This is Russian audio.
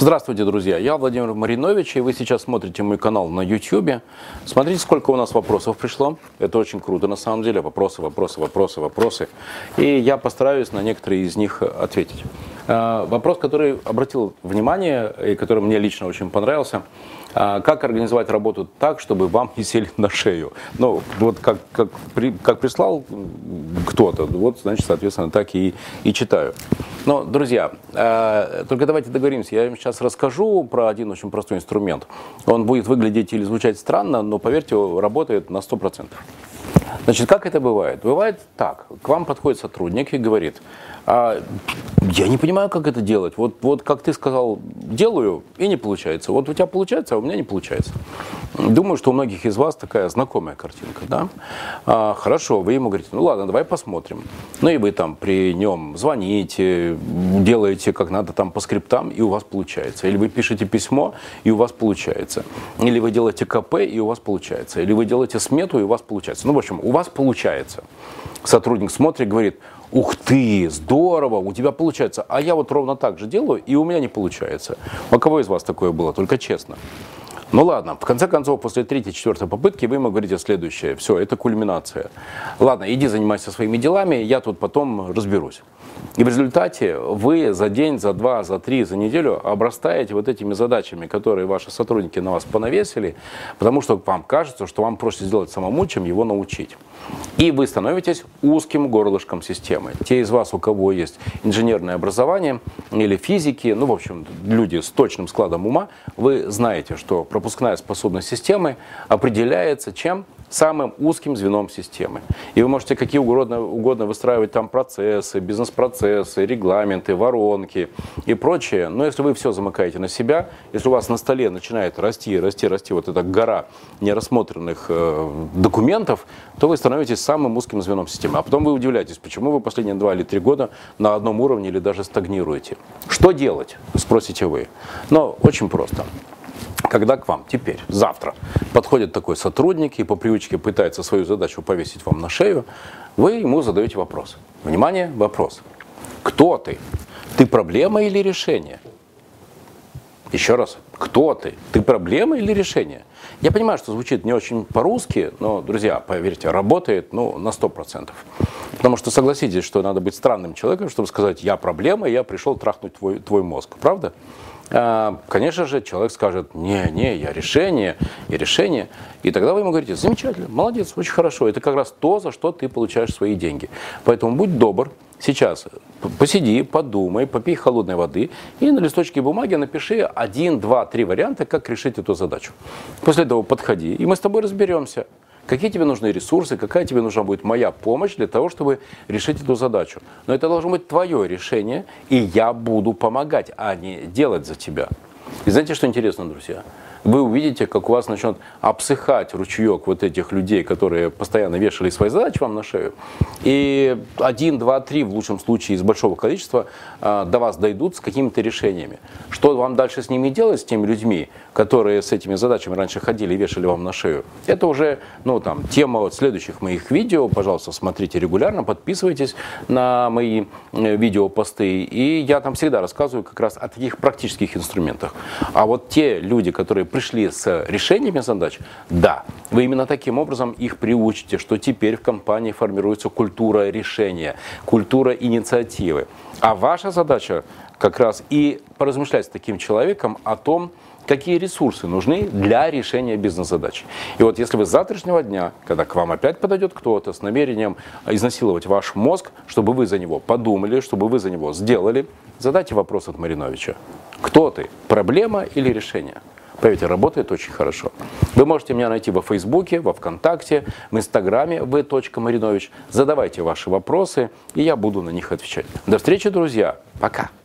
Здравствуйте, друзья! Я Владимир Маринович, и вы сейчас смотрите мой канал на YouTube. Смотрите, сколько у нас вопросов пришло. Это очень круто, на самом деле. Вопросы. И я постараюсь на некоторые из них ответить. Вопрос, который обратил внимание и который мне лично очень понравился. Как организовать работу так, чтобы вам не сели на шею? Ну, вот как прислал кто-то, вот, значит, соответственно, так и читаю. Но, друзья, только давайте договоримся. Я вам сейчас расскажу про один очень простой инструмент. Он будет выглядеть или звучать странно, но, поверьте, работает на 100%. Значит, как это бывает? Бывает так. К вам подходит сотрудник и говорит: я не понимаю, как это делать. Вот как ты сказал, делаю, и не получается. Вот у тебя получается, а у меня не получается. Думаю, что у многих из вас такая знакомая картинка, да? Хорошо, вы ему говорите: ну ладно, давай посмотрим. Ну и вы там при нем звоните, делаете как надо там по скриптам, и у вас получается. Или вы пишете письмо, и у вас получается. Или вы делаете КП, и у вас получается. Или вы делаете смету, и у вас получается. Ну, в общем, у вас получается. Сотрудник смотрит и говорит: ух ты, здорово, у тебя получается. А я вот ровно так же делаю, и у меня не получается. У кого из вас такое было? Только честно. Ну ладно, в конце концов, после третьей-четвертой попытки вы ему говорите следующее: все, это кульминация. Ладно, иди занимайся своими делами, я тут потом разберусь. И в результате вы за день, за два, за три, за неделю обрастаете вот этими задачами, которые ваши сотрудники на вас понавесили, потому что вам кажется, что вам проще сделать самому, чем его научить. И вы становитесь узким горлышком системы. Те из вас, у кого есть инженерное образование или физики, ну, в общем, люди с точным складом ума, вы знаете, что пропускная способность системы определяется чем? Самым узким звеном системы. И вы можете какие угодно выстраивать там процессы, бизнес-процессы, регламенты, воронки и прочее. Но если вы все замыкаете на себя, если у вас на столе начинает расти вот эта гора нерассмотренных документов, то вы становитесь самым узким звеном системы. А потом вы удивляетесь, почему вы последние 2 или 3 года на одном уровне или даже стагнируете. Что делать, спросите вы. Но очень просто. Когда к вам теперь, завтра, подходит такой сотрудник и по привычке пытается свою задачу повесить вам на шею, вы ему задаете вопрос. Внимание, вопрос. Кто ты? Ты проблема или решение? Еще раз. Кто ты? Ты проблема или решение? Я понимаю, что звучит не очень по-русски, но, друзья, поверьте, работает на 100%. Потому что согласитесь, что надо быть странным человеком, чтобы сказать: я проблема, я пришел трахнуть твой мозг. Правда? Конечно же, человек скажет: не, я решение. И тогда вы ему говорите: замечательно, молодец, очень хорошо. Это как раз то, за что ты получаешь свои деньги. Поэтому будь добр, сейчас посиди, подумай, попей холодной воды и на листочке бумаги напиши 1, 2, 3 варианта, как решить эту задачу. После этого подходи, и мы с тобой разберемся. Какие тебе нужны ресурсы, какая тебе нужна будет моя помощь для того, чтобы решить эту задачу. Но это должно быть твое решение, и я буду помогать, а не делать за тебя. И знаете, что интересно, друзья? Вы увидите, как у вас начнет обсыхать ручеек вот этих людей, которые постоянно вешали свои задачи вам на шею. И 1, 2, 3, в лучшем случае, из большого количества до вас дойдут с какими-то решениями. Что вам дальше с ними делать, с теми людьми, которые с этими задачами раньше ходили и вешали вам на шею? Это уже тема следующих моих видео. Пожалуйста, смотрите регулярно, подписывайтесь на мои видео-посты. И я там всегда рассказываю как раз о таких практических инструментах. А вот те люди, которые пришли с решениями задач, да, вы именно таким образом их приучите, что теперь в компании формируется культура решения, культура инициативы. А ваша задача как раз и поразмышлять с таким человеком о том, какие ресурсы нужны для решения бизнес-задач. И вот если вы с завтрашнего дня, когда к вам опять подойдет кто-то с намерением изнасиловать ваш мозг, чтобы вы за него подумали, чтобы вы за него сделали, задайте вопрос от Мариновича. Кто ты? Проблема или решение? Поверьте, работает очень хорошо. Вы можете меня найти во Фейсбуке, во Вконтакте, в Инстаграме v.marinovich. Задавайте ваши вопросы, и я буду на них отвечать. До встречи, друзья. Пока.